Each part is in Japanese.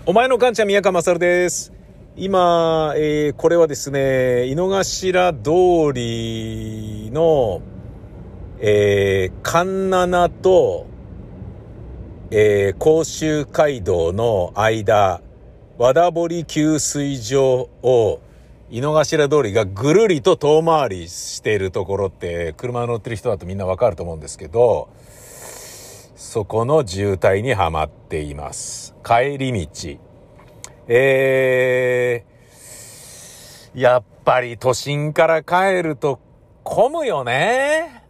お前の母ちゃん宮川勝です。今、これはですね、井の頭通りの、環七と、甲州街道の間、和田堀給水所を井の頭通りがぐるりと遠回りしているところって車乗ってる人だとみんなわかると思うんですけど、そこの渋滞にはまっています。帰り道。やっぱり都心から帰ると混むよね。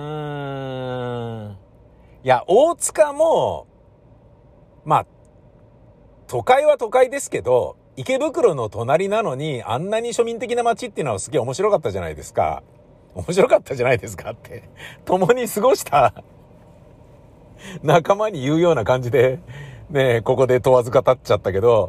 いや、大塚も、まあ、都会は都会ですけど、池袋の隣なのにあんなに庶民的な街っていうのはすげえ面白かったじゃないですか。面白かったじゃないですかって。共に過ごした仲間に言うような感じで、ね、ここで問わず語っちゃったけど、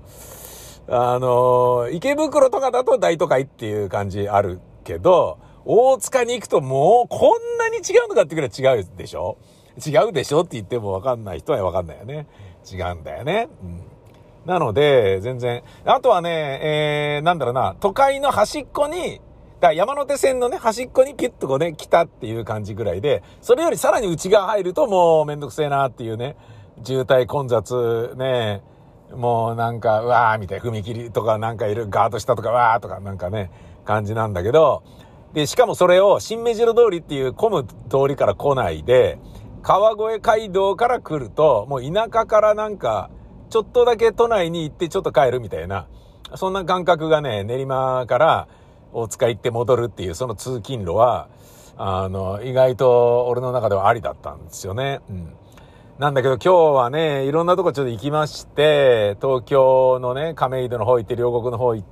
池袋とかだと大都会っていう感じあるけど、大塚に行くともうこんなに違うのかってくらい違うでしょ？違うでしょって言っても分かんない人は分かんないよね。違うんだよね。なので、全然。あとはね、都会の端っこに、山手線のね、端っこにピュッとこうね、来たっていう感じぐらいで、それよりさらに内側入るともうめんどくせえなっていうね、渋滞混雑ね、もうなんか、うわーみたいな踏切とかなんかいる、ガード下とかわーとかなんかね、感じなんだけど、で、しかもそれを新目白通りっていう混む通りから来ないで、川越街道から来ると、もう田舎からなんか、ちょっとだけ都内に行ってちょっと帰るみたいな、そんな感覚がね、練馬から大塚行って戻るっていうその通勤路は、意外と俺の中ではありだったんですよね。なんだけど今日はね、いろんなとこちょっと行きまして、東京のね、亀戸の方行って、両国の方行って、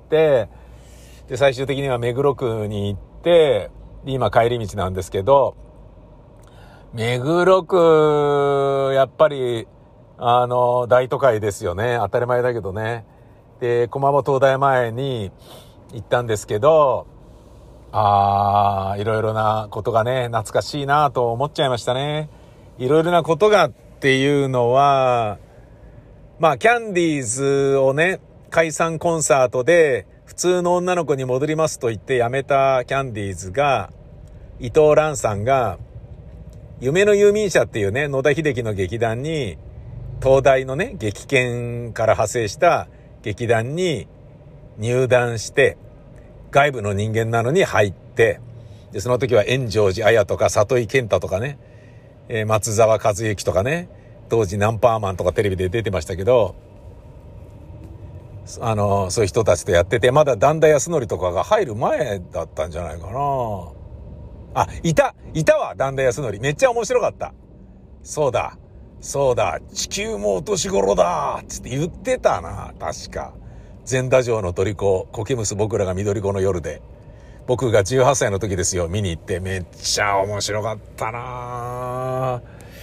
で、最終的には目黒区に行って、で、今帰り道なんですけど、目黒区、やっぱり、大都会ですよね。当たり前だけどね。で、駒場東大前に行ったんですけど、いろいろなことがね、懐かしいなと思っちゃいましたね。いろいろなことがっていうのは、まあ、キャンディーズをね、解散コンサートで普通の女の子に戻りますと言って辞めたキャンディーズが、伊藤蘭さんが、夢の遊民者っていうね、野田秀樹の劇団に、東大のね、劇研から派生した劇団に入団して、外部の人間なのに入って、で、その時は円城寺綾とか里井健太とかね、松沢和之とかね、当時ナンパーマンとかテレビで出てましたけど、そういう人たちとやってて、まだ段田康則とかが入る前だったんじゃないかな。いたわ、段田康則。めっちゃ面白かった。そうだ、地球もお年頃だつって言ってたな、確か。全田城の虜、コケムス僕らが緑子の夜で。僕が18歳の時ですよ、見に行って。めっちゃ面白かったな。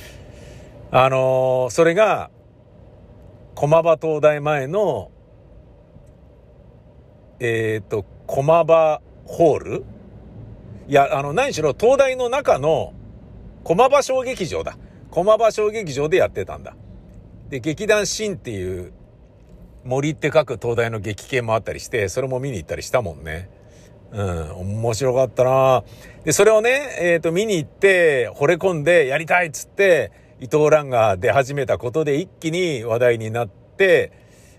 それが、駒場東大前の、駒場ホール？いや、何しろ東大の中の駒場小劇場だ。駒場小劇場でやってたんだ。で、劇団新っていう森って書く東大の劇系もあったりして、それも見に行ったりしたもんね。面白かったな。で、それをね、見に行って惚れ込んでやりたいっつって伊藤蘭が出始めたことで一気に話題になって、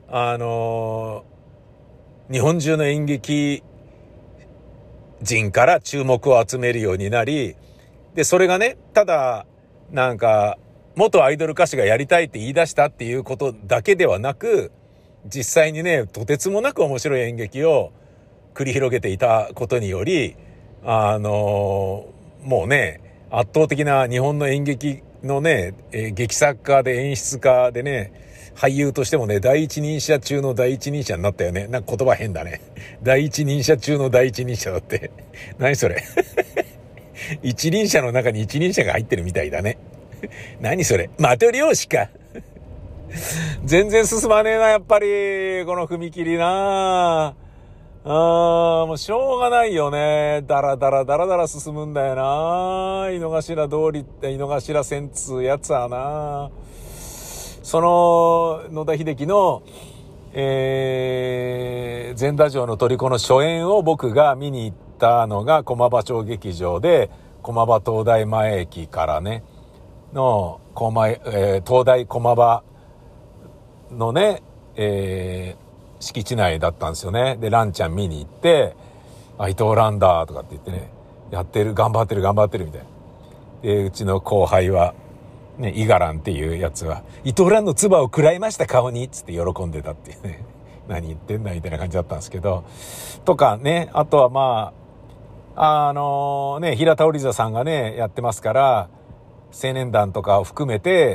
日本中の演劇人から注目を集めるようになり、で、それがね、ただ、なんか、元アイドル歌手がやりたいって言い出したっていうことだけではなく、実際にね、とてつもなく面白い演劇を繰り広げていたことにより、もうね、圧倒的な日本の演劇のね、劇作家で演出家でね、俳優としてもね、第一人者中の第一人者になったよね。なんか言葉変だね。第一人者中の第一人者だって。何それ。一輪車の中に一輪車が入ってるみたいだね。何それ。マトリョーシカ。全然進まねえな、やっぱり。この踏切な。もうしょうがないよね。だらだら進むんだよな。井の頭通りって井の頭線つうやつはな。その野田秀樹の全田城の虜の初演を僕が見に行ったのが駒場町劇場で、駒場東大前駅からね、の、東大駒場のね、敷地内だったんですよね。で、ランちゃん見に行って、伊藤蘭だとかって言ってね、やってる、頑張ってるみたいな。で、うちの後輩は、ね、イガランっていうやつは、伊藤蘭の唾を食らいました顔につって喜んでたっていうね。何言ってんだみたいな感じだったんですけど。とかね、あとはまあ、ね、平田織座さんがね、やってますから、青年団とかを含めて、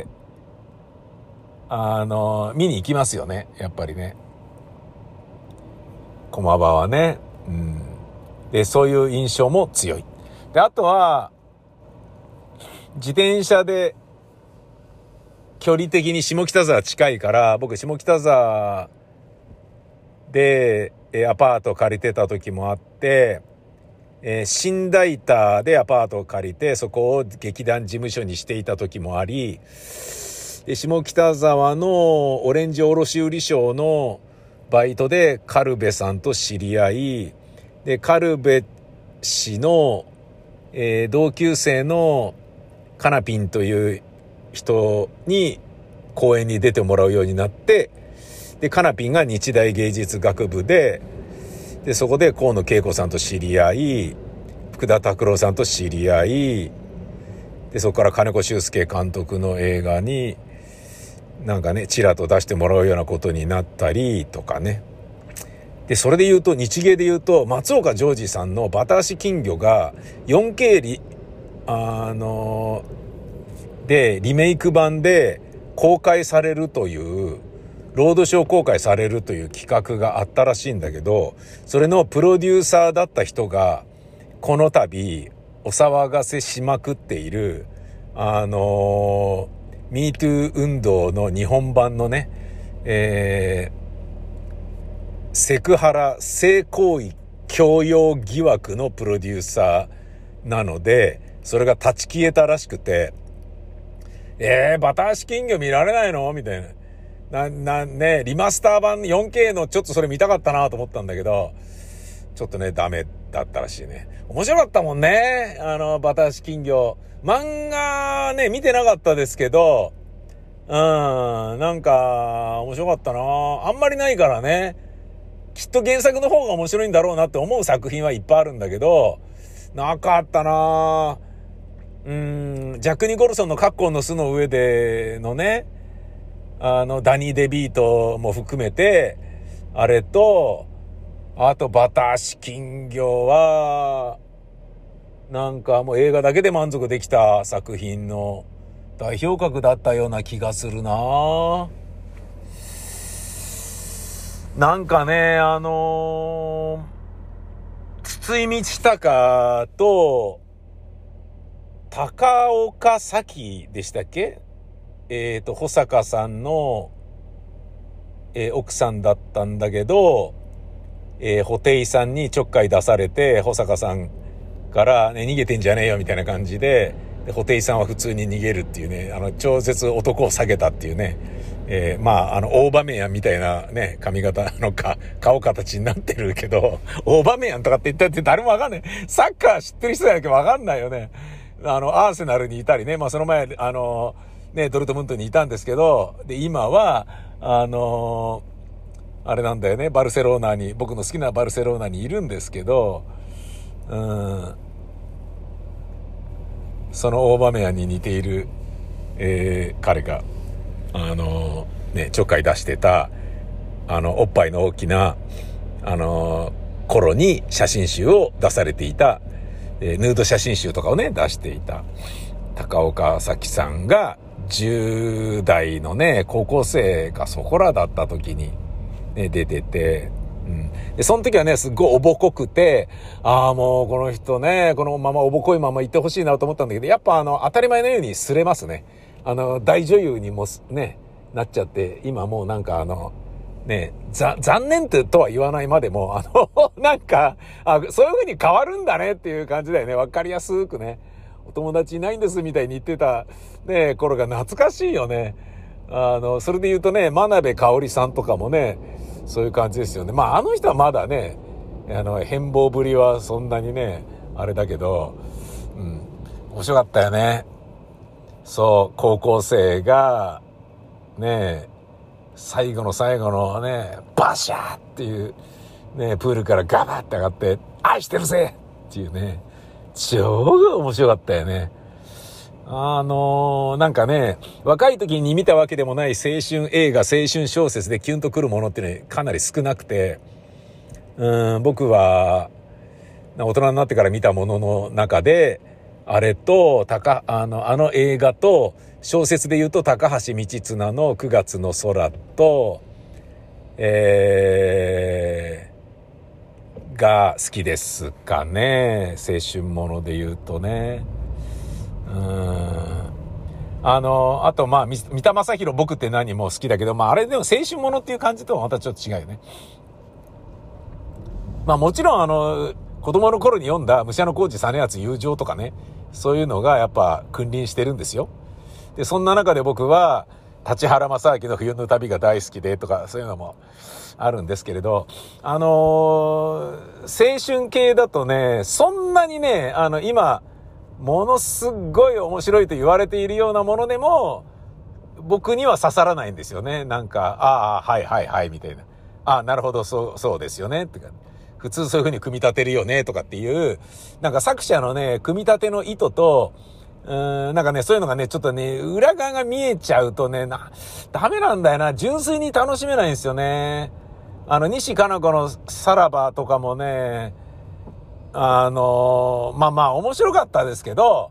見に行きますよね。やっぱりね。駒場はね。うん。で、そういう印象も強い。で、あとは、自転車で、距離的に下北沢近いから、僕下北沢でアパート借りてた時もあって、新大田でアパートを借りて、そこを劇団事務所にしていた時もあり、で下北沢のオレンジ卸売商のバイトでカルベさんと知り合い、でカルベ氏の、同級生のカナピンという人に公演に出てもらうようになって、でカナピンが日大芸術学部でそこで河野恵子さんと知り合い、福田拓郎さんと知り合いで、そこから金子修介監督の映画になんかねチラと出してもらうようなことになったりとかね。でそれで言うと、日芸で言うと松岡ジョージさんのバタ足金魚が 4K でリメイク版で公開されるという、ロードショー公開されるという企画があったらしいんだけど、それのプロデューサーだった人がこの度お騒がせしまくっているMeToo 運動の日本版のね、セクハラ性行為強要疑惑のプロデューサーなので、それが立ち消えたらしくて、バタ足金魚見られないのみたいな。ね、リマスター版 4K のちょっとそれ見たかったなと思ったんだけど、ちょっとね、ダメだったらしいね。面白かったもんね。バタ足金魚。漫画ね、見てなかったですけど、なんか、面白かったな。あんまりないからね。きっと原作の方が面白いんだろうなって思う作品はいっぱいあるんだけど、なかったな。ジャック・ニコルソンのカッコンの巣の上でのね、ダニー・デビートも含めて、あれと、あとバタ足金魚は、なんかもう映画だけで満足できた作品の代表格だったような気がするな。なんかね、筒井道隆と高岡早紀でしたっけ？保坂さんの、奥さんだったんだけど、布袋さんにちょっかい出されて、保坂さんからね、逃げてんじゃねえよみたいな感じで、布袋さんは普通に逃げるっていうね、超絶男を下げたっていうね、大場面やみたいなね、髪型の顔形になってるけど、大場面やんとかって言ったって誰もわかんない。サッカー知ってる人だけわかんないよね。アーセナルにいたりね、その前、ね、ドルトムントにいたんですけど、で、今は、あれなんだよね、僕の好きなバルセロナにいるんですけど、そのオーバメヤンに似ている、彼がちょっかい出してたおっぱいの大きな頃に写真集を出されていた、ヌード写真集とかをね出していた高岡早紀さんが10代のね高校生かそこらだった時に、ね、出てて、でその時はねすっごいおぼこくて、もうこの人ねこのままおぼこいままいてほしいなと思ったんだけど、やっぱ当たり前のようにすれますね。大女優にもねなっちゃって、今もうなんか残念とは言わないまでもなんかそういう風に変わるんだねっていう感じだよね。わかりやすくね、お友達いないんですみたいに言ってたね頃が懐かしいよね。それで言うとね、真鍋かおりさんとかもね、 そういう感じですよね。まああの人はまだね、変貌ぶりはそんなにね、あれだけど、面白かったよね。そう、高校生が、ね、最後の最後のね、バシャーっていう、ね、プールからガバって上がって、愛してるぜっていうね、超面白かったよね。なんかね、若い時に見たわけでもない青春映画、青春小説でキュンとくるものってね、かなり少なくて、僕は、大人になってから見たものの中で、あれと、あの映画と、小説で言うと高橋道綱の9月の空と、が好きですかね。青春もので言うとね。あと、まあ、三田正宏僕って何も好きだけど、まあ、あれでも青春ものっていう感じとはまたちょっと違うよね。まあ、もちろん子供の頃に読んだ武者小路実篤友情とかね、そういうのがやっぱ君臨してるんですよ。で、そんな中で僕は、立原正明の冬の旅が大好きでとか、そういうのもあるんですけれど、青春系だとね、そんなにね、今、ものすごい面白いと言われているようなものでも、僕には刺さらないんですよね。なんか、はいはいはい、みたいな。なるほど、そうですよね、ってか。普通そういう風に組み立てるよね、とかっていう、なんか作者のね、組み立ての意図と、なんかね、そういうのがね、ちょっとね、裏側が見えちゃうとね、ダメなんだよな。純粋に楽しめないんですよね。西加奈子のさらばとかもね、まあまあ面白かったですけど、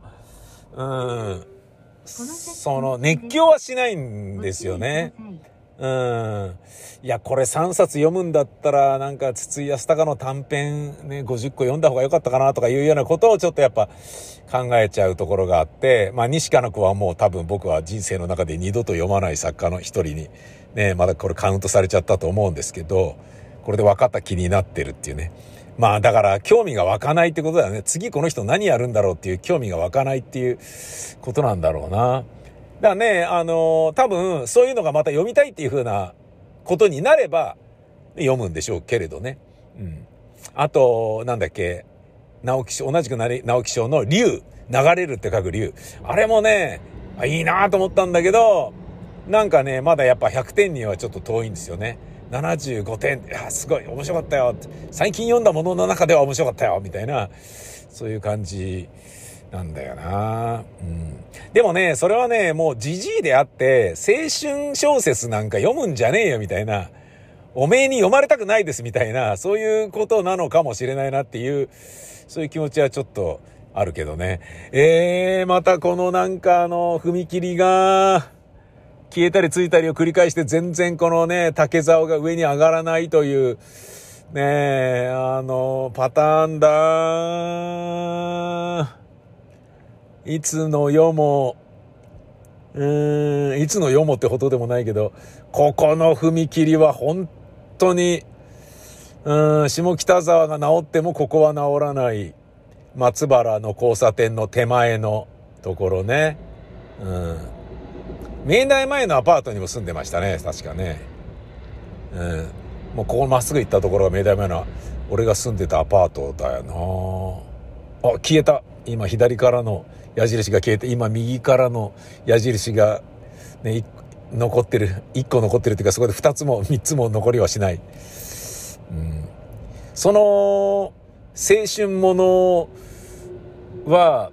その熱狂はしないんですよね。いや、これ3冊読むんだったら、なんか筒井康隆の短編ね、50個読んだ方が良かったかなとかいうようなことをちょっとやっぱ考えちゃうところがあって、まあ西加奈子はもう多分僕は人生の中で二度と読まない作家の一人にね、まだこれカウントされちゃったと思うんですけど、これで分かった気になってるっていうね。まあだから興味が湧かないってことだよね。次この人何やるんだろうっていう興味が湧かないっていうことなんだろうな。だからね、多分そういうのがまた読みたいっていう風なことになれば読むんでしょうけれどね。あと、なんだっけ、同じく直木賞の竜、流れるって書く竜。あれもね、いいなと思ったんだけど、なんかね、まだやっぱ100点にはちょっと遠いんですよね。75点、すごい面白かったよ。最近読んだものの中では面白かったよ。みたいな、そういう感じなんだよな。でもね、それはね、もうジジイであって、青春小説なんか読むんじゃねえよみたいな、おめえに読まれたくないですみたいな、そういうことなのかもしれないなっていう、そういう気持ちはちょっとあるけどね。またこのなんか踏切が消えたりついたりを繰り返して全然このね、竹竿が上に上がらないという、ねパターンだ。いつの世もってほどでもないけど、ここの踏切は本当に、下北沢が治ってもここは治らない。松原の交差点の手前のところね。明大前のアパートにも住んでましたね、確かね。もうここまっすぐ行ったところが明大前の俺が住んでたアパートだよな。消えた。今左からの矢印が消えて、今右からの矢印がね、残ってる。1個残ってるっていうか、そこで2つも3つも残りはしない。その青春ものは、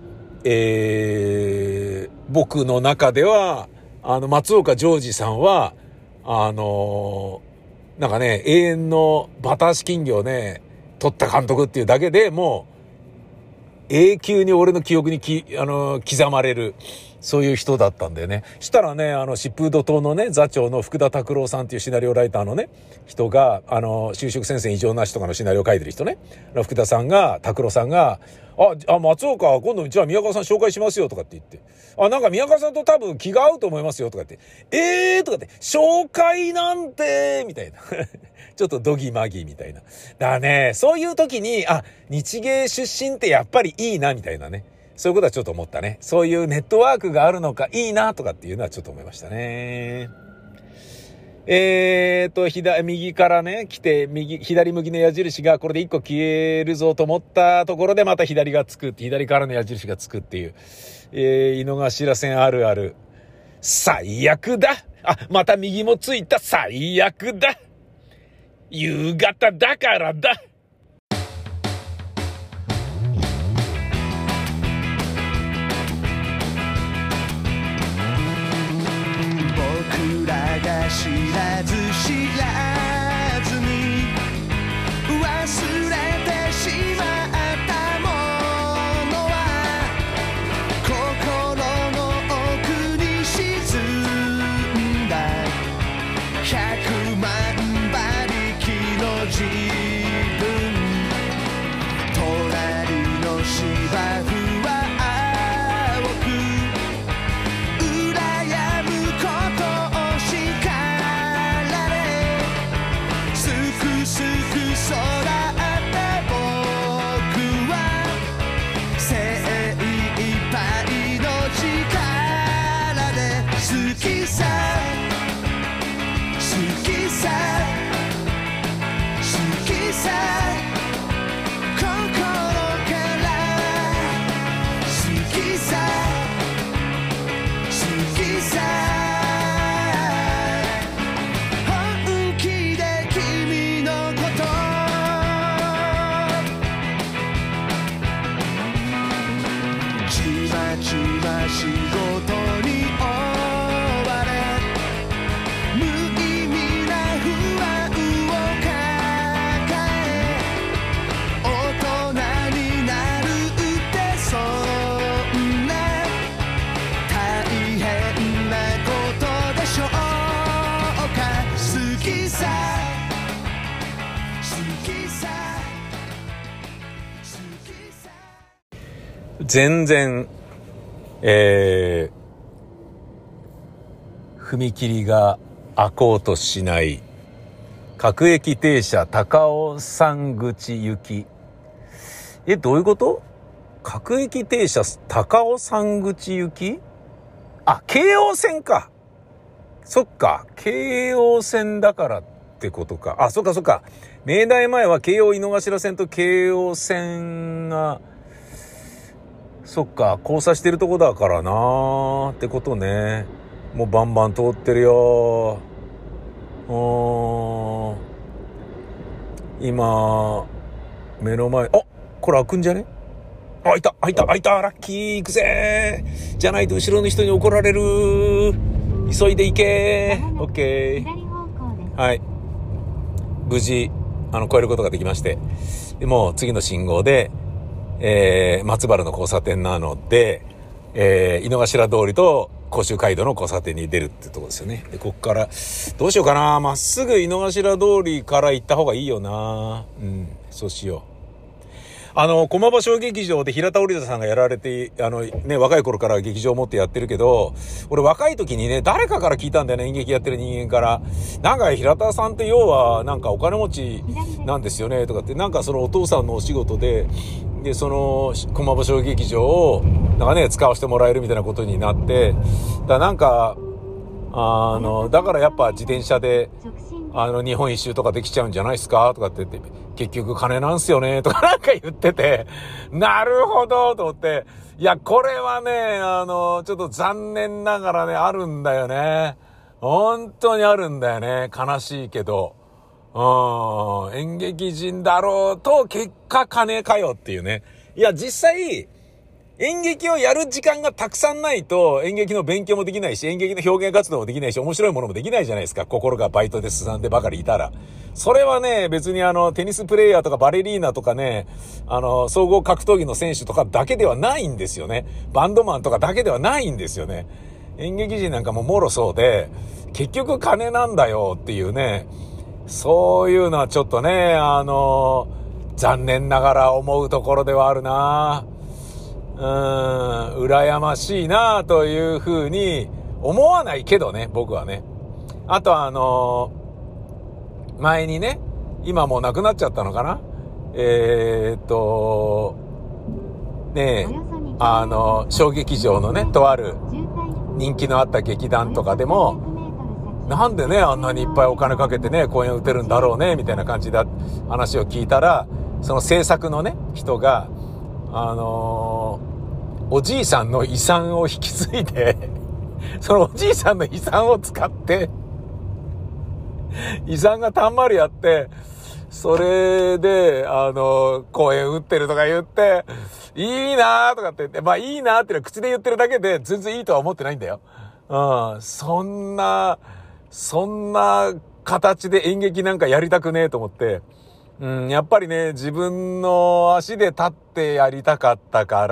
僕の中では松岡ジョージさんはなんかね、永遠のバタ足金魚をね撮った監督っていうだけでもう永久に俺の記憶に刻まれる、そういう人だったんだよね。したらね、疾風怒涛のね、座長の福田拓郎さんっていうシナリオライターのね、人が、就職戦線異常なしとかのシナリオを書いてる人ね。福田さんが、拓郎さんが、松岡、今度うちは宮川さん紹介しますよとかって言って。なんか宮川さんと多分気が合うと思いますよとかって。とかって、紹介なんてみたいな。ちょっとドギマギみたいな。だからね、そういう時に、日芸出身ってやっぱりいいなみたいなね。そういうことはちょっと思ったね。そういうネットワークがあるのかいいなとかっていうのはちょっと思いましたね。 右からね、来て、左向きの矢印がこれで1個消えるぞと思ったところでまた左からの矢印がつくっていう、井の頭線あるある。最悪だ。また右もついた。最悪だ。夕方だからだ。 僕らが知らず知らずに忘れてしまったものは心の奥に沈んだ100万馬力の自分隣の芝生は仕事に追われ無意味な不安を抱え大人になるってそんな大変なことでしょうか好きさ好きさ好きさ全然踏切が開こうとしない各駅停車高尾山口行き。どういうこと？各駅停車高尾山口行き？京王線か。そっか、京王線だからってことか。そっかそっか。明大前は京王井の頭線と京王線がそっか、交差してるとこだからなーってことね。もうバンバン通ってるよ。今、目の前、これ開くんじゃね？開いた、ラッキー、行くぜー。じゃないと後ろの人に怒られる。急いで行けー。オッケー。はい。無事、越えることができまして。でもう次の信号で、松原の交差点なので、井の頭通りと甲州街道の交差点に出るってとこですよね。で、こっから、どうしようかな。まっすぐ井の頭通りから行った方がいいよな。そうしよう。駒場小劇場で平田織田さんがやられて、若い頃から劇場を持ってやってるけど、俺若い時にね、誰かから聞いたんだよね、演劇やってる人間から。なんか平田さんって要は、なんかお金持ちなんですよね、とかって、なんかそのお父さんのお仕事で、その、駒場小劇場を、なんかね、使わせてもらえるみたいなことになって、なんか、だからやっぱ自転車で、日本一周とかできちゃうんじゃないですかとかって言って、結局金なんすよねとかなんか言ってて、なるほどと思って、いや、これはね、ちょっと残念ながらね、あるんだよね。本当にあるんだよね。悲しいけど。演劇人だろうと、結果金かよっていうね。いや、実際、演劇をやる時間がたくさんないと演劇の勉強もできないし、演劇の表現活動もできないし、面白いものもできないじゃないですか。心がバイトで進んでばかりいたら。それはね、別にテニスプレイヤーとかバレリーナとかね、総合格闘技の選手とかだけではないんですよね。バンドマンとかだけではないんですよね。演劇人なんかももろそうで、結局金なんだよっていうね、そういうのはちょっとね、残念ながら思うところではあるな。羨ましいなというふうに思わないけどね、僕はね。あと前にね、今もうなくなっちゃったのかな。小劇場のね、とある人気のあった劇団とかでも、 なんでね、あんなにいっぱいお金かけてね、公演打てるんだろうね、みたいな感じで話を聞いたら、その制作のね、人が、おじいさんの遺産を引き継いで、そのおじいさんの遺産を使って、遺産がたんまりあって、それで、公演打ってるとか言って、いいなーとかって言って、まあいいなーってのは口で言ってるだけで全然いいとは思ってないんだよ。そんな形で演劇なんかやりたくねえと思って、やっぱりね、自分の足で立ってやりたかったから、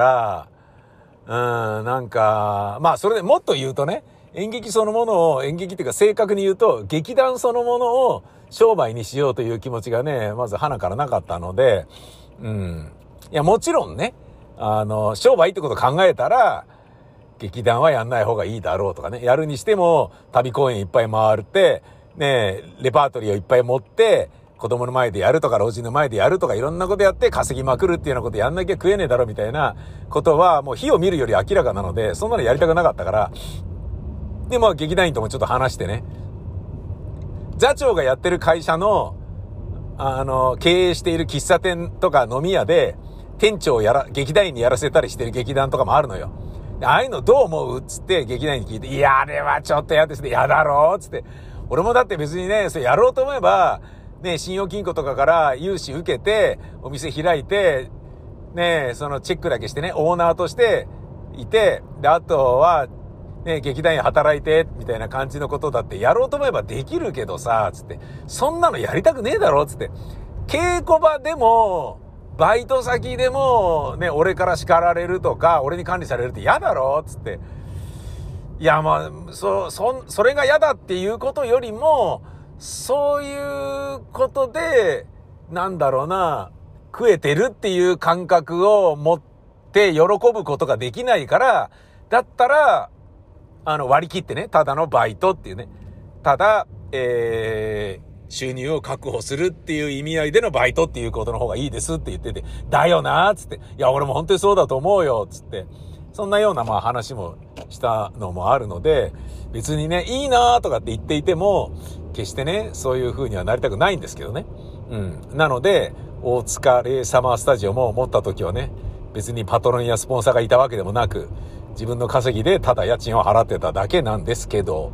なんか、まあそれでもっと言うとね、演劇そのものを、演劇っていうか正確に言うと、劇団そのものを商売にしようという気持ちがね、まず鼻からなかったので、いやもちろんね、商売ってことを考えたら、劇団はやんない方がいいだろうとかね、やるにしても旅公演いっぱい回って、ね、レパートリーをいっぱい持って、子供の前でやるとか老人の前でやるとかいろんなことやって稼ぎまくるっていうようなことやんなきゃ食えねえだろみたいなことはもう火を見るより明らかなので、そんなのやりたくなかったから、でまあ劇団員ともちょっと話してね、座長がやってる会社の経営している喫茶店とか飲み屋で店長を劇団員にやらせたりしてる劇団とかもあるのよ。ああいうのどう思うっつって劇団員に聞いて、いやあれはちょっと嫌ですね。嫌だろうっつって、俺もだって別にね、それやろうと思えばね、信用金庫とかから融資受けてお店開いてね、そのチェックだけしてね、オーナーとしていて、であとはね、劇団員働いてみたいな感じのことだってやろうと思えばできるけどさ、つって、そんなのやりたくねえだろつって、稽古場でもバイト先でもね、俺から叱られるとか俺に管理されるって嫌だろつって、いやまあそれが嫌だっていうことよりも、そういうことでなんだろうな、食えてるっていう感覚を持って喜ぶことができないから、だったら割り切ってね、ただのバイトっていうね、ただ収入を確保するっていう意味合いでのバイトっていうことの方がいいですって言ってて、だよなーっつって、いや俺も本当にそうだと思うよっつって、そんなようなまあ話もしたのもあるので、別にね、いいなーとかって言っていても決してね、そういう風にはなりたくないんですけどね。なので大塚レイサマースタジオも持った時はね、別にパトロンやスポンサーがいたわけでもなく、自分の稼ぎでただ家賃を払ってただけなんですけど、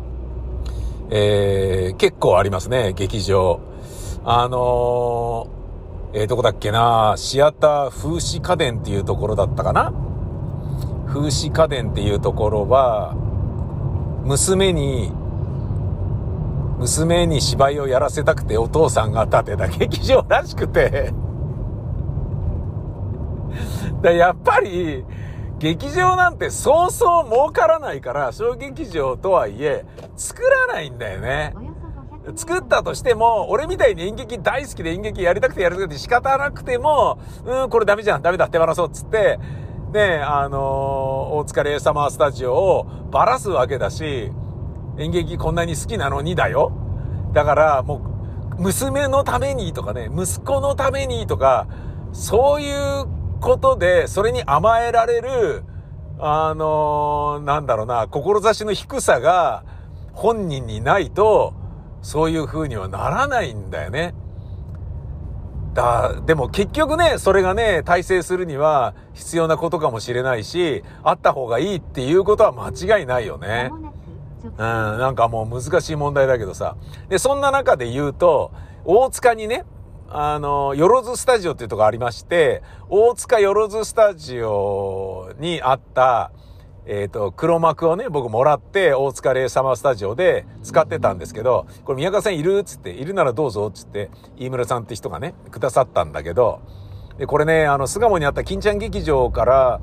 結構ありますね、劇場。どこだっけな、シアター風刺家電っていうところだったかな。風刺家電っていうところは、娘に芝居をやらせたくてお父さんが建てた劇場らしくてやっぱり劇場なんてそうそう儲からないから、小劇場とはいえ作らないんだよね。作ったとしても、俺みたいに演劇大好きで演劇やりたくて仕方なくても、これダメじゃん、ダメだ、手放そうっつってね、大塚レイサマースタジオをバラすわけだし、演劇こんなに好きなのにだよ。だからもう娘のためにとかね、息子のためにとか、そういうことでそれに甘えられるなんだろうな、志の低さが本人にないとそういう風にはならないんだよね。でも結局ね、それがね大成するには必要なことかもしれないし、あった方がいいっていうことは間違いないよね。なんかもう難しい問題だけどさ。でそんな中で言うと、大塚にね、よろずスタジオっていうとこありまして、大塚よろずスタジオにあった黒幕をね、僕もらって大塚レイサマースタジオで使ってたんですけど、これ宮川さんいるっつって、いるならどうぞっつって飯村さんって人がねくださったんだけど、でこれね、巣鴨にあった金ちゃん劇場から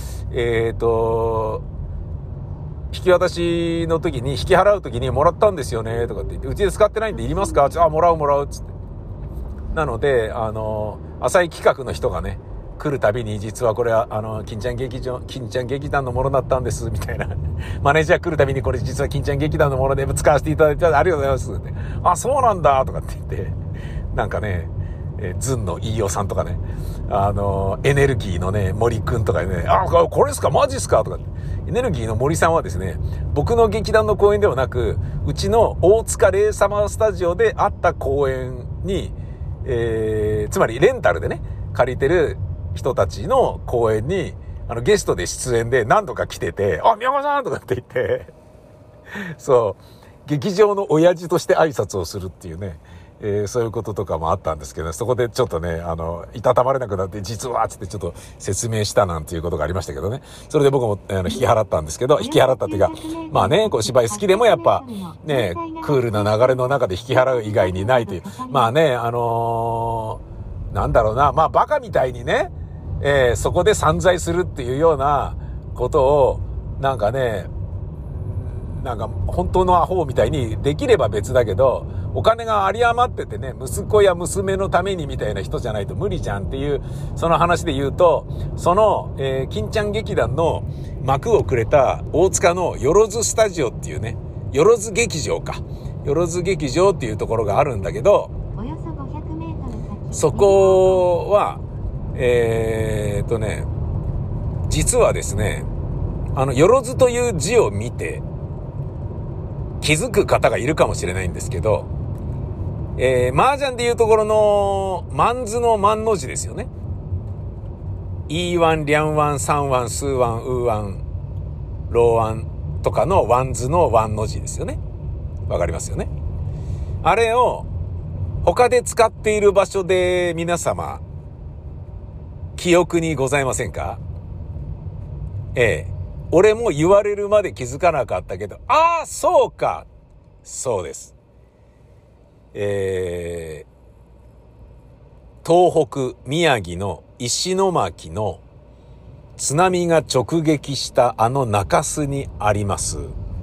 引き渡しの時に、引き払う時にもらったんですよねとかって言って、うちで使ってないんでいりますか？もらうっつって。なので浅井企画の人がね来るたびに、実はこれは金ちゃん劇団のものだったんですみたいなマネージャー来るたびに、これ実は金ちゃん劇団のもので使わせていただいてありがとうございますって、そうなんだとかって言って、なんかねズンの飯尾さんとかね、エネルギーのね、森くんとかね、これですかマジっすかとか。エネルギーの森さんはですね、僕の劇団の公演ではなく、うちの大塚レイサマースタジオであった公演に、つまりレンタルでね、借りてる人たちの公演に、ゲストで出演で何度か来てて、宮川さんとかって言って、そう、劇場の親父として挨拶をするっていうね、そういうこととかもあったんですけど、そこでちょっとね、いたたまれなくなって、実はつってちょっと説明したなんていうことがありましたけどね。それで僕も引き払ったんですけど、引き払ったっていうか、まあね、こう芝居好きでもやっぱ、ね、クールな流れの中で引き払う以外にないという。まあね、なんだろうな、まあバカみたいにね、そこで散財するっていうようなことを、なんかね、なんか本当のアホみたいにできれば別だけど、お金が有り余っててね、息子や娘のためにみたいな人じゃないと無理じゃんっていう、その話で言うと、その、金ちゃん劇団の幕をくれた大塚のよろずスタジオっていうね、よろず劇場か。よろず劇場っていうところがあるんだけど、 およそ500メートル先、 そこは、実はですね、よろずという字を見て、気づく方がいるかもしれないんですけど、麻雀でいうところの万図の万の字ですよね。イーワン、リャンワン、サンワン、スーワン、ウーワン、ローワンとかのワン図のワンの字ですよね。わかりますよね。あれを他で使っている場所で皆様記憶にございませんか？俺も言われるまで気づかなかったけど、そうか。そうです。東北、宮城の石巻の津波が直撃した中洲にあります、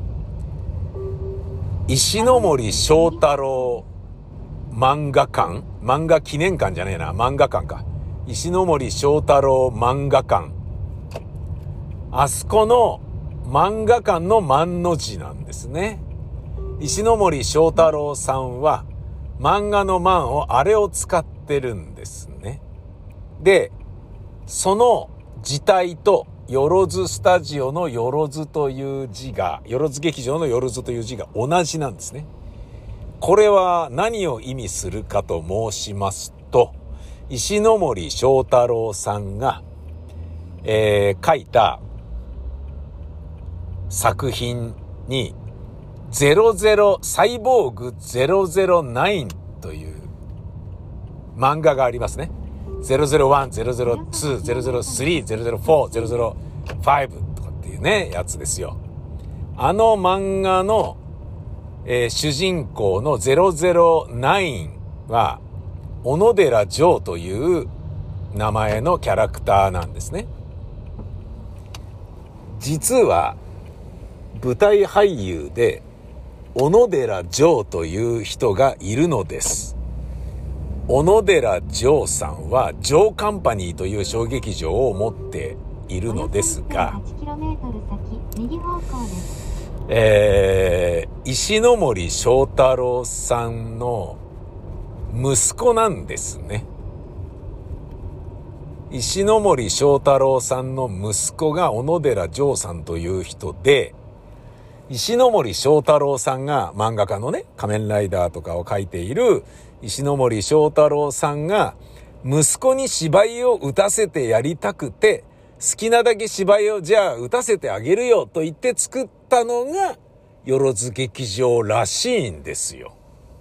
石森章太郎漫画館？漫画記念館じゃねえな。漫画館か。石森章太郎漫画館。あそこの漫画館の万の字なんですね。石森章太郎さんは漫画の漫をあれを使ってるんですね。で、その字体とよろずスタジオのよろずという字が、よろず劇場のよろずという字が同じなんですね。これは何を意味するかと申しますと、石森章太郎さんが、書いた作品にサイボーグ009という漫画がありますね。001、002、003、004、005とかっていうね、やつですよ。あの漫画の、主人公の009は小野寺城という名前のキャラクターなんですね。実は舞台俳優で小野寺城という人がいるのです。小野寺城さんは城カンパニーという小劇場を持っているのですが、石森章太郎さんの息子なんですね。石森章太郎さんの息子が小野寺城さんという人で、石森章太郎さんが漫画家のね、仮面ライダーとかを描いている石森章太郎さんが息子に芝居を打たせてやりたくて、好きなだけ芝居をじゃあ打たせてあげるよと言って作ったのがよろず劇場らしいんですよ。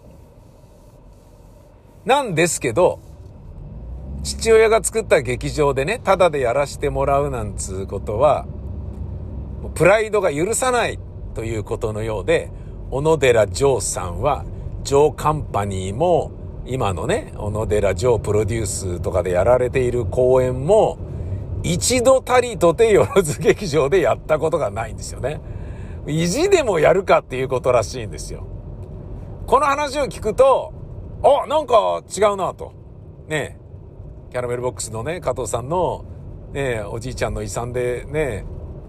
なんですけど、父親が作った劇場でね、タダでやらせてもらうなんつうことはプライドが許さないということのようで、小野寺城さんは城カンパニーも今のね、小野寺城プロデュースとかでやられている公演も一度たりとてよろず劇場でやったことがないんですよね。意地でもやるかっていうことらしいんですよ。この話を聞くと、なんか違うなとね、キャラメルボックスのね、加藤さんのね、おじいちゃんの遺産でね、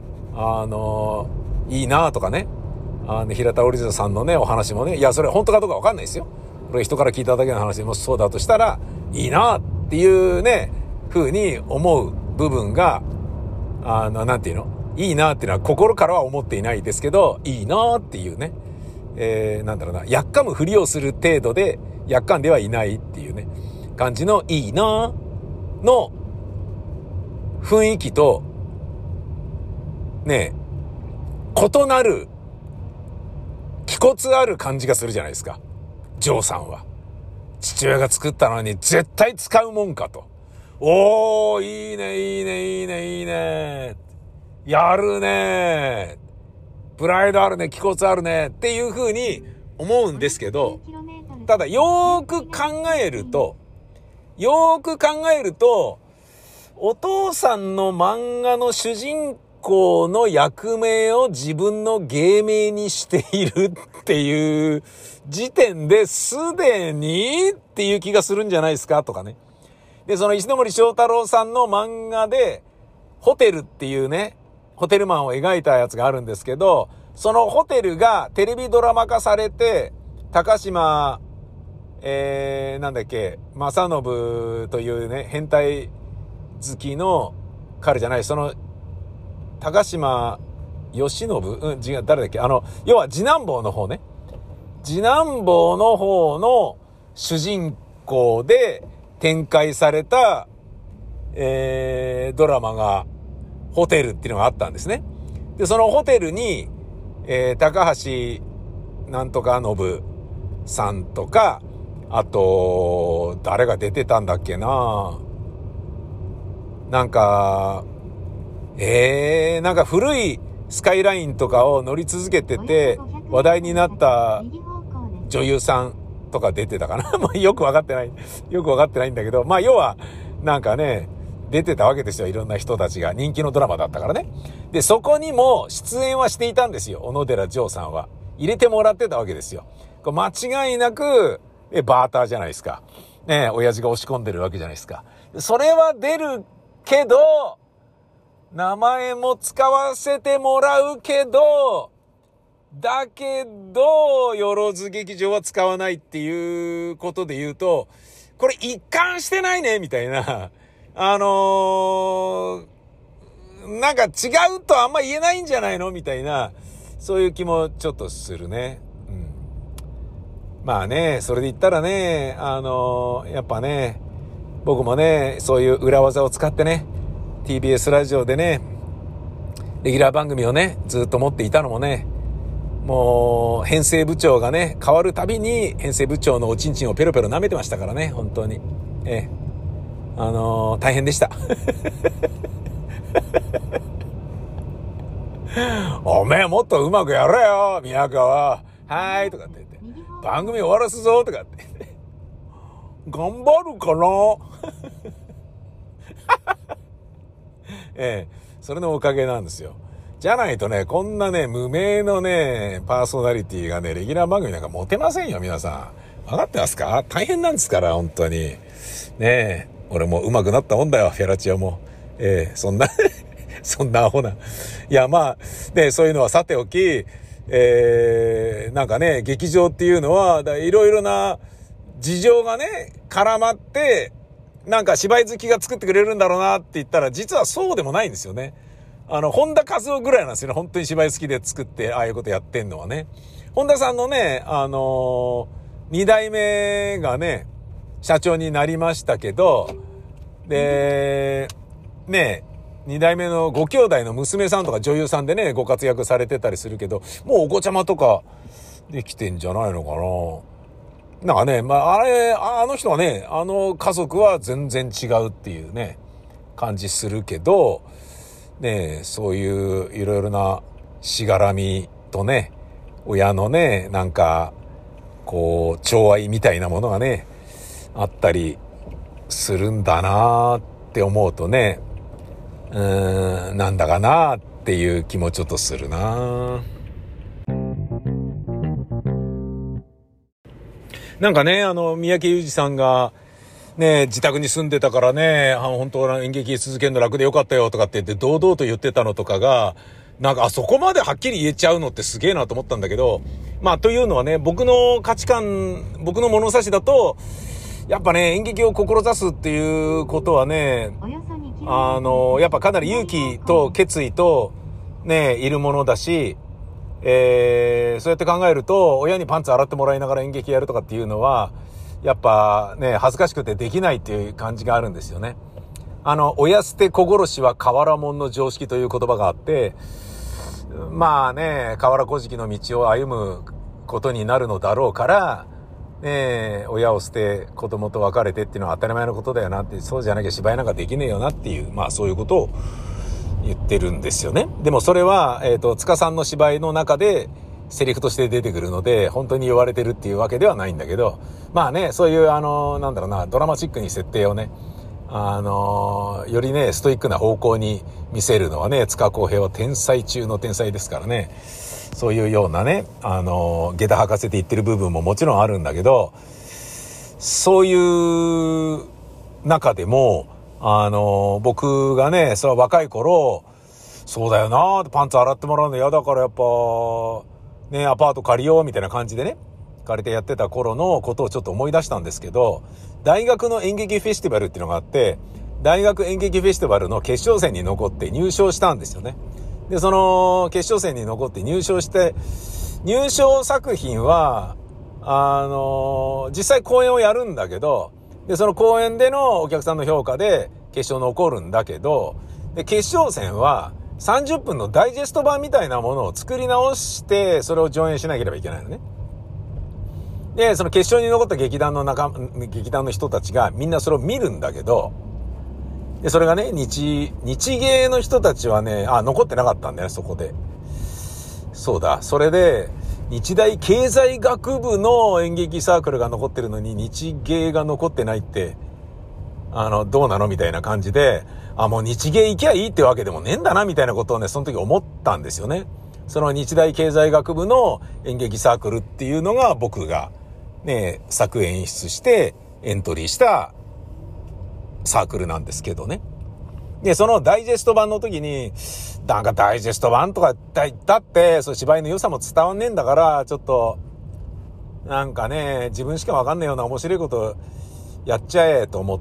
いいなとかね、平田織田さんのね、お話もね、いや、それ本当かどうかわかんないですよ。これ人から聞いただけの話でもそうだとしたら、 いいなっていうね、風に思う部分が、なんていうの？いいなっていうのは心からは思っていないですけど、いいなっていうね、なんだろうな、やっかむふりをする程度で、やっかんではいないっていうね、感じのいいなの雰囲気と、ね、異なる、気骨ある感じがするじゃないですか。ジョーさんは。父親が作ったのに絶対使うもんかと。おー、いいね、いいね、いいね、いいね。やるね。プライドあるね、気骨あるね。っていう風に思うんですけど、ただよーく考えると、お父さんの漫画の主人公の役名を自分の芸名にしているっていう時点ですでにっていう気がするんじゃないですかとかね。で、その石ノ森章太郎さんの漫画で、ホテルっていうね、ホテルマンを描いたやつがあるんですけど、そのホテルがテレビドラマ化されて、高島、なんだっけ、正信というね、変態好きの彼じゃない、その、高島義信、違う、誰だっけ、要は次男坊の方ね。次男坊の方の主人公で展開された、ドラマが、ホテルっていうのがあったんですね。で、そのホテルに、高橋なんとか信さんとか、あと、誰が出てたんだっけな、なんか古いスカイラインとかを乗り続けてて話題になった女優さんとか出てたかなもうよくわかってないんだけど、まあ要はなんかね出てたわけですよ。いろんな人たちが人気のドラマだったからね。でそこにも出演はしていたんですよ。小野寺丈さんは入れてもらってたわけですよ。これ間違いなくバーターじゃないですかね。親父が押し込んでるわけじゃないですか。それは出るけど名前も使わせてもらうけど、だけど、よろず劇場は使わないっていうことで言うと、これ一貫してないね、みたいな。なんか違うとあんま言えないんじゃないのみたいな、そういう気もちょっとするね。うん。まあね、それで言ったらね、やっぱね、僕もね、そういう裏技を使ってね、TBS ラジオでね、レギュラー番組をね、ずっと持っていたのもね、もう、編成部長がね、変わるたびに、編成部長のおちんちんをペロペロ舐めてましたからね、本当に。大変でした。おめえもっとうまくやれよ、宮川。はーい、とかって言って。番組終わらすぞ、とかって言って。頑張るかなそれのおかげなんですよ。じゃないとね、こんなね、無名のね、パーソナリティがね、レギュラー番組なんか持てませんよ、皆さん。分かってますか？大変なんですから、本当に。ねえ、俺も上手くなったもんだよ、フェラチオも。そんな、そんなアホな。いや、まあ、ね、そういうのはさておき、なんかね、劇場っていうのは、いろいろな事情がね、絡まって、なんか芝居好きが作ってくれるんだろうなって言ったら、実はそうでもないんですよね。本田和夫ぐらいなんですよね。本当に芝居好きで作って、ああいうことやってんのはね。本田さんのね、二代目がね、社長になりましたけど、で、ね、二代目のご兄弟の娘さんとか女優さんでね、ご活躍されてたりするけど、もうお子ちゃまとかできてんじゃないのかな。なんかね、まあ、あの人はね、家族は全然違うっていうね、感じするけど、ね、そういういろいろなしがらみとね、親のね、なんか、こう、寵愛みたいなものがね、あったりするんだなーって思うとね、なんだかなーっていう気もちょっとするなー。なんかね、三宅裕司さんが、ね、自宅に住んでたからね、本当は演劇続けるの楽でよかったよとかって言って堂々と言ってたのとかが、なんか、そこまではっきり言えちゃうのってすげえなと思ったんだけど、まあ、というのはね、僕の価値観、僕の物差しだと、 やっぱね、演劇を志すっていうことはね、 およそ2キロやっぱかなり勇気と決意とね、いるものだし、そうやって考えると、親にパンツ洗ってもらいながら演劇やるとかっていうのは、やっぱね、恥ずかしくてできないっていう感じがあるんですよね。親捨て子殺しは河原門の常識という言葉があって、まあね、河原小敷の道を歩むことになるのだろうから、ね、親を捨て子供と別れてっていうのは当たり前のことだよなって、そうじゃなきゃ芝居なんかできねえよなっていう、まあそういうことを言ってるんですよね。でもそれは、塚さんの芝居の中でセリフとして出てくるので、本当に言われてるっていうわけではないんだけど、まあね、そういうなんだろうな、ドラマチックに設定をね、よりね、ストイックな方向に見せるのはね、塚公平は天才中の天才ですからね。そういうようなね、下駄履かせて言ってる部分ももちろんあるんだけど、そういう中でも、僕がね、その若い頃、そうだよな、パンツ洗ってもらうの嫌だからやっぱ、ね、アパート借りようみたいな感じでね、借りてやってた頃のことをちょっと思い出したんですけど、大学の演劇フェスティバルっていうのがあって、大学演劇フェスティバルの決勝戦に残って入賞したんですよね。で、その決勝戦に残って入賞して、入賞作品は、実際公演をやるんだけど、で、その公演でのお客さんの評価で決勝残るんだけど、で、決勝戦は30分のダイジェスト版みたいなものを作り直して、それを上演しなければいけないのね。で、その決勝に残った劇団の人たちがみんなそれを見るんだけど、で、それがね、日芸の人たちはね、残ってなかったんだよね、そこで。そうだ、それで、日大経済学部の演劇サークルが残ってるのに、日芸が残ってないって、どうなのみたいな感じで、もう日芸行きゃいいってわけでもねえんだな、みたいなことをね、その時思ったんですよね。その日大経済学部の演劇サークルっていうのが僕がね、作演出してエントリーしたサークルなんですけどね。で、そのダイジェスト版の時に、なんかダイジェスト版とか言ったって、その芝居の良さも伝わんねえんだから、ちょっと、なんかね、自分しかわかんないような面白いことやっちゃえと思って、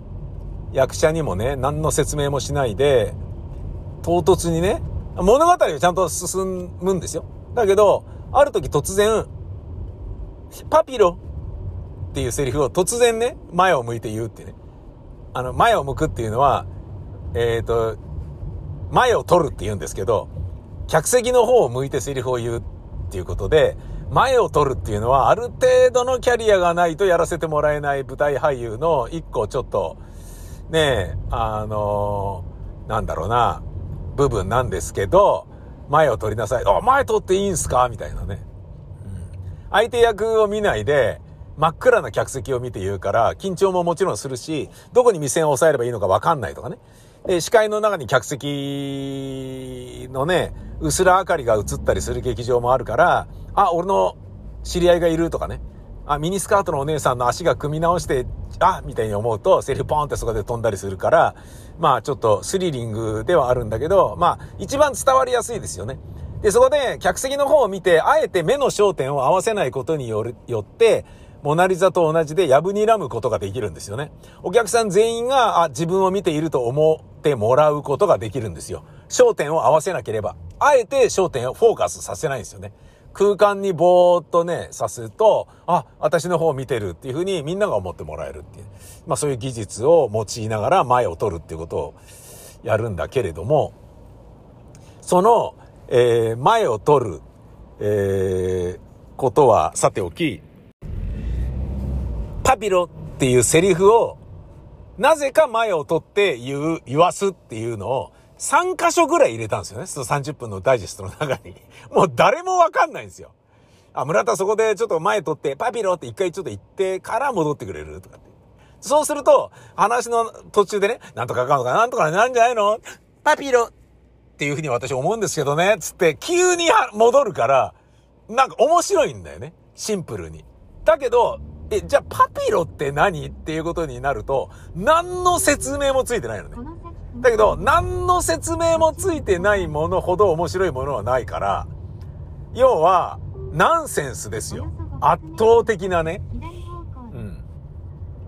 役者にもね、何の説明もしないで、唐突にね、物語はちゃんと進むんですよ。だけど、ある時突然、パピロっていうセリフを突然ね、前を向いて言うってね。前を向くっていうのは、前を取るって言うんですけど、客席の方を向いてセリフを言うっていうことで、前を取るっていうのはある程度のキャリアがないとやらせてもらえない舞台俳優の一個ちょっと、ねえ、なんだろうな、部分なんですけど、前を取りなさい。前取っていいんすかみたいなね。相手役を見ないで、真っ暗な客席を見て言うから、緊張ももちろんするし、どこに目線を押さえればいいのか分かんないとかね。で、視界の中に客席のね、薄ら明かりが映ったりする劇場もあるから、俺の知り合いがいるとかね。ミニスカートのお姉さんの足が組み直して、みたいに思うと、セリフポーンってそこで飛んだりするから、まあちょっとスリリングではあるんだけど、まあ一番伝わりやすいですよね。で、そこで客席の方を見て、あえて目の焦点を合わせないことによって、モナリザと同じでやぶにらむことができるんですよね。お客さん全員が、自分を見ていると思ってもらうことができるんですよ。焦点を合わせなければ。あえて焦点をフォーカスさせないんですよね。空間にぼーっとね、さすと、私の方を見てるっていう風にみんなが思ってもらえるっていう。まあそういう技術を用いながら前を取るっていうことをやるんだけれども、その、前を取る、ことはさておき、パピロっていうセリフをなぜか前を取って言わすっていうのを3箇所ぐらい入れたんですよね。その30分のダイジェストの中に。もう誰もわかんないんですよ。村田そこでちょっと前取ってパピロって一回ちょっと言ってから戻ってくれるとかって。そうすると話の途中でね、なんとかかんとかなんとかなんじゃないのパピロっていうふうに私思うんですけどね、つって急に戻るから、なんか面白いんだよね。シンプルに。だけど、じゃあパピロって何っていうことになると、何の説明もついてないのね。だけど、何の説明もついてないものほど面白いものはないから、要は、ナンセンスですよ。圧倒的なね。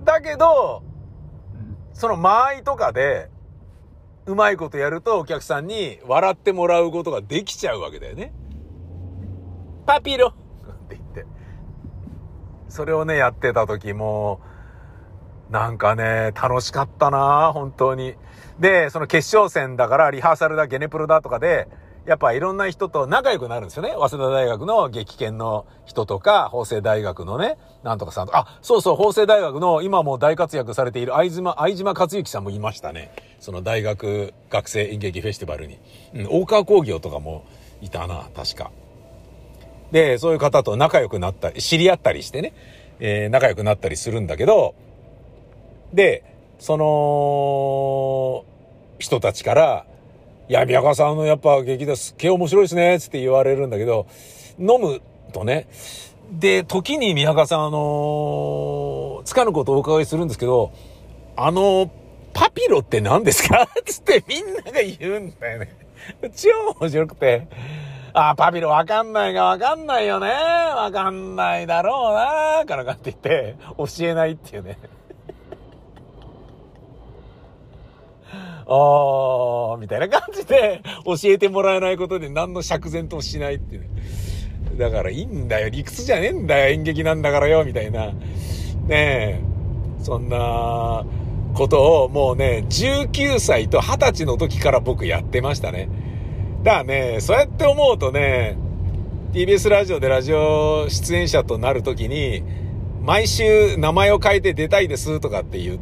だけど、その間合いとかで、うまいことやるとお客さんに笑ってもらうことができちゃうわけだよね。パピロって言って。それをね、やってた時も、なんかね、楽しかったな本当に。で、その決勝戦だから、リハーサルだ、ゲネプロだとかで、やっぱいろんな人と仲良くなるんですよね。早稲田大学の劇研の人とか、法政大学のね、なんとかさんとか、あ、そうそう、法政大学の今もう大活躍されている相島克之さんもいましたね。その大学学生演劇フェスティバルに。大川工業とかもいたな、確か。で、そういう方と仲良くなったり、知り合ったりしてね、仲良くなったりするんだけど、で、その人たちから、いや、宮川さんのやっぱ劇ですっげえ面白いですね、つって言われるんだけど、飲むとね、で、時に宮川さんつかぬことをお伺いするんですけど、パピロって何ですかつってみんなが言うんだよね。超面白くて、パピロわかんないがわかんないよね。わかんないだろうな。からかって言って、教えないっていうね。みたいな感じで教えてもらえないことで何の釈然ともしないっていうね。だからいいんだよ。理屈じゃねえんだよ。演劇なんだからよ。みたいな。ねえ。そんなことをもうね、19歳と20歳の時から僕やってましたね。だからね、そうやって思うとね、TBS ラジオでラジオ出演者となる時に、毎週名前を変えて出たいですとかって言って、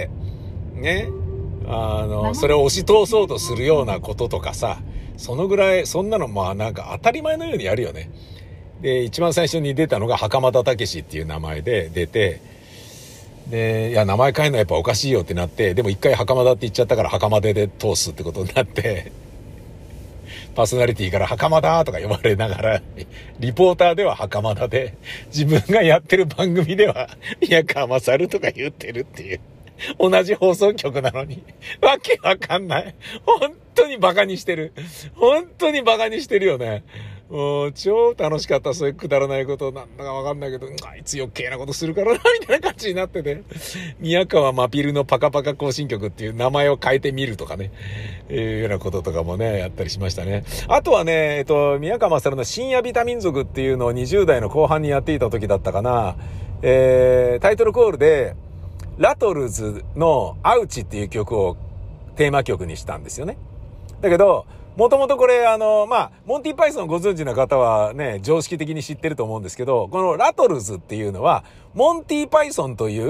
ね。それを押し通そうとするようなこととかさ、そのぐらい、そんなのまあなんか当たり前のようにやるよね。で、一番最初に出たのが袴田武史っていう名前で出て、で、いや、名前変えるのはやっぱおかしいよってなって、でも一回袴田って言っちゃったから袴田で通すってことになって、パーソナリティから袴田とか呼ばれながら、リポーターでは袴田で、自分がやってる番組では宮川勝とか言ってるっていう。同じ放送局なのに、わけわかんない。本当にバカにしてる。本当にバカにしてるよね。もう超楽しかった。そういうくだらないことなんだかわかんないけど、あいつ余計なことするからな、みたいな感じになってて。宮川真ピルのパカパカ行進曲っていう名前を変えてみるとかね。いうようなこととかもね、やったりしましたね。あとはね、宮川勝の深夜ビタミン族っていうのを20代の後半にやっていた時だったかな。タイトルコールで、ラトルズのアウチっていう曲をテーマ曲にしたんですよね。だけど、もともとこれモンティパイソンご存知の方はね、常識的に知ってると思うんですけど、このラトルズっていうのは、モンティパイソンという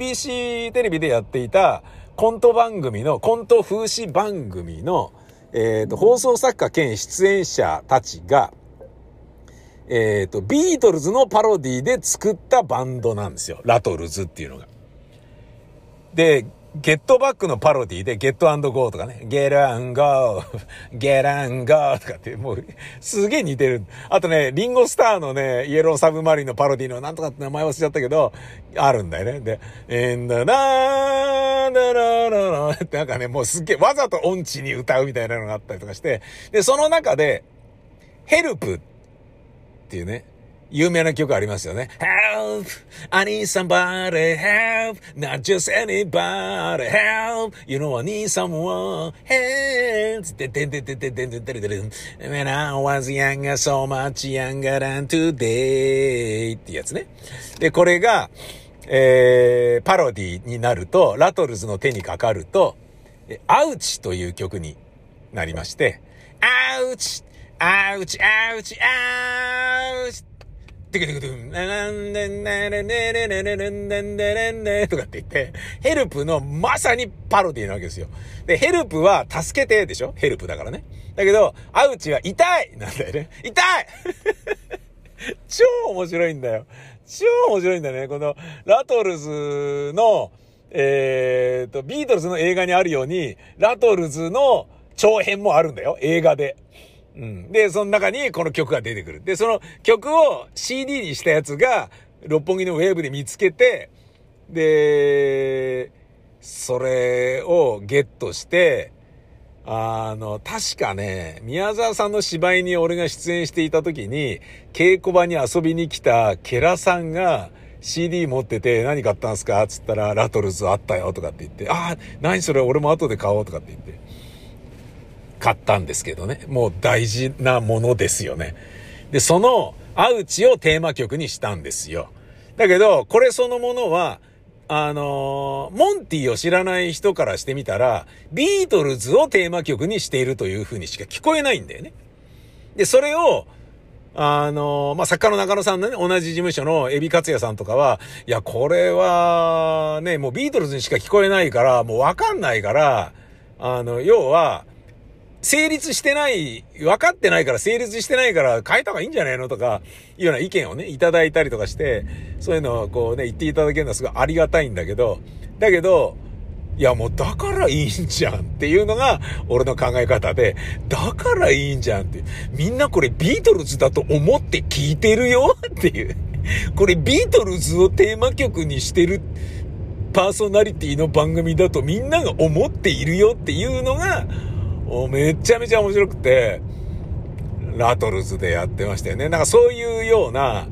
BBC テレビでやっていたコント風刺番組の、放送作家兼出演者たちが、ビートルズのパロディで作ったバンドなんですよ。ラトルズっていうのが。で、ゲットバックのパロディでゲット&ゴーとかね、ゲランゴー、ゲランゴーとかってもうすげえ似てる。あとね、リンゴスターのね、イエローサブマリンのパロディのなんとかって名前忘れちゃったけど、あるんだよね。で、なーってなんかね、もうすっげえわざと音痴に歌うみたいなのがあったりとかして、で、その中で、ヘルプっていうね、有名な曲ありますよね。Help! I need somebody help! Not just anybody help! You know I need someone help! When I was younger, so much younger than today! ってやつね。で、これが、パロディになると、ラトルズの手にかかると、アウチという曲になりまして、アウチアウチアウチアウチとかって言って、ヘルプのまさにパロディなわけですよ。で、ヘルプは助けてでしょ？ヘルプだからね。だけど、アウチは痛いなんだよね。痛い超面白いんだよ。超面白いんだね。この、ラトルズの、ビートルズの映画にあるように、ラトルズの長編もあるんだよ。映画で。で、その中にこの曲が出てくる。で、その曲を CD にしたやつが、六本木のウェーブで見つけて、で、それをゲットして、確かね、宮沢さんの芝居に俺が出演していた時に、稽古場に遊びに来たケラさんが CD 持ってて何買ったんすかつったらラトルズあったよとかって言って、何それ俺も後で買おうとかって言って買ったんですけどね。もう大事なものですよね。で、そのアウチをテーマ曲にしたんですよ。だけどこれそのものはモンティを知らない人からしてみたらビートルズをテーマ曲にしているという風にしか聞こえないんだよね。で、それを作家の中野さんのね、同じ事務所の海老克也さんとかは、いや、これは、ね、もうビートルズにしか聞こえないから、もうわかんないから、要は、成立してない、分かってないから成立してないから変えた方がいいんじゃないのとか、いうような意見をね、いただいたりとかして、そういうのをこうね、言っていただけるのはすごいありがたいんだけど、いやもうだからいいんじゃんっていうのが俺の考え方で、だからいいんじゃんって。みんなこれビートルズだと思って聞いてるよっていう。これビートルズをテーマ曲にしてるパーソナリティの番組だとみんなが思っているよっていうのがめちゃめちゃ面白くて、ラトルズでやってましたよね。なんかそういうような、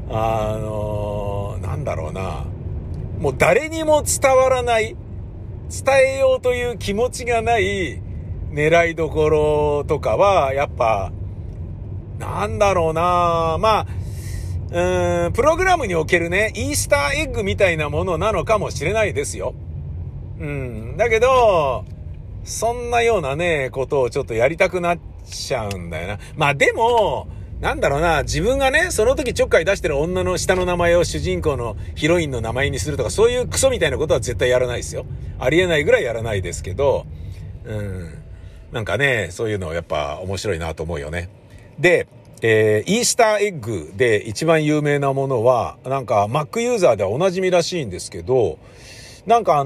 なんだろうな。もう誰にも伝わらない、伝えようという気持ちがない狙いどころとかは、やっぱ、なんだろうな。プログラムにおけるね、イースターエッグみたいなものなのかもしれないですよ。だけど、そんなようなね、ことをちょっとやりたくなっちゃうんだよな。でも、なんだろうな、自分がね、その時ちょっかい出してる女の下の名前を主人公のヒロインの名前にするとか、そういうクソみたいなことは絶対やらないですよ。ありえないぐらいやらないですけど、なんかね、そういうのやっぱ面白いなと思うよね。で、イースターエッグで一番有名なものは、なんか Mac ユーザーではおなじみらしいんですけど、なんか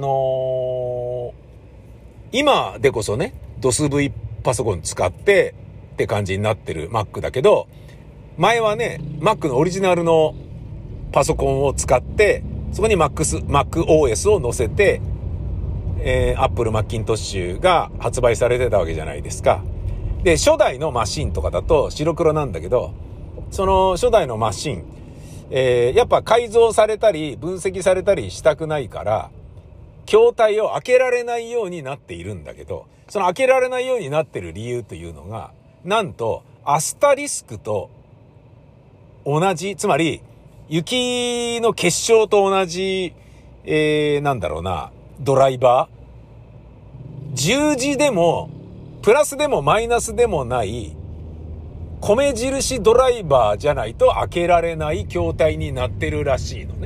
今でこそね、DOSV パソコン使ってって感じになってる Mac だけど、前はね、Mac のオリジナルのパソコンを使って、そこに MacOS を載せて、Apple Macintosh が発売されてたわけじゃないですか。で、初代のマシンとかだと白黒なんだけど、その初代のマシン、やっぱ改造されたり分析されたりしたくないから、筐体を開けられないようになっているんだけど、その開けられないようになってる理由というのが、なんとアスタリスクと同じ、つまり雪の結晶と同じ、なんだろうな、ドライバー、十字でもプラスでもマイナスでもない米印ドライバーじゃないと開けられない筐体になってるらしいのね。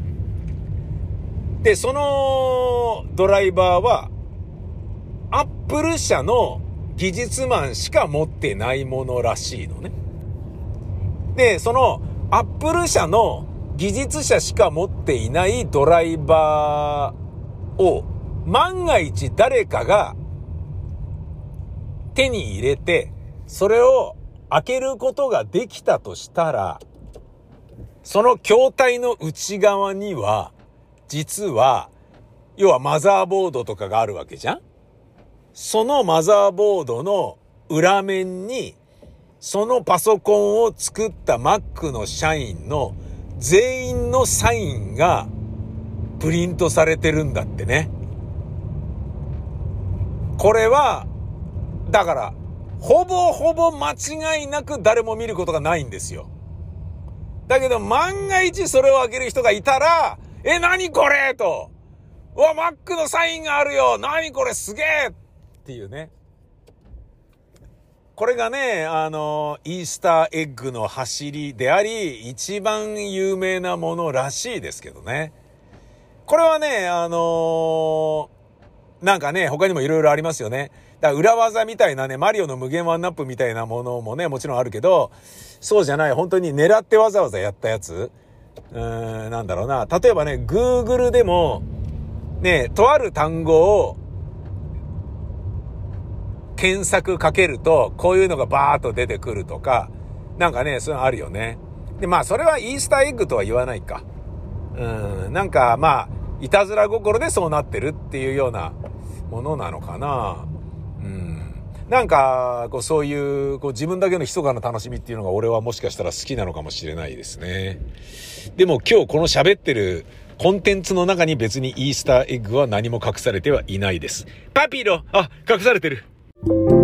で、そのドライバーはアップル社の技術マンしか持ってないものらしいのね。で、そのアップル社の技術者しか持っていないドライバーを万が一誰かが手に入れてそれを開けることができたとしたら、その筐体の内側には実は要はマザーボードとかがあるわけじゃん。そのマザーボードの裏面にそのパソコンを作った Mac の社員の全員のサインがプリントされてるんだってね。これはだからほぼ間違いなく誰も見ることがないんですよ。だけど万が一それを開ける人がいたら、何これと、Mac のサインがあるよ、何これすげえっていうね。これがね、イースターエッグの走りであり、一番有名なものらしいですけどね。これはね、なんかね、他にもいろいろありますよね。だから裏技みたいなね、マリオの無限ワンナップみたいなものもね、もちろんあるけど、そうじゃない、本当に狙ってわざわざやったやつ。なんだろうな。例えばね、Google でも、ね、とある単語を検索かけると、こういうのがバーッと出てくるとか、なんかね、そういうのあるよね。で、それはイースターエッグとは言わないか。なんかいたずら心でそうなってるっていうようなものなのかな。 なんか、こう、そういう、こう、自分だけの密かな楽しみっていうのが俺はもしかしたら好きなのかもしれないですね。でも今日この喋ってるコンテンツの中に別にイースターエッグは何も隠されてはいないです。パピロ、あ、隠されてる。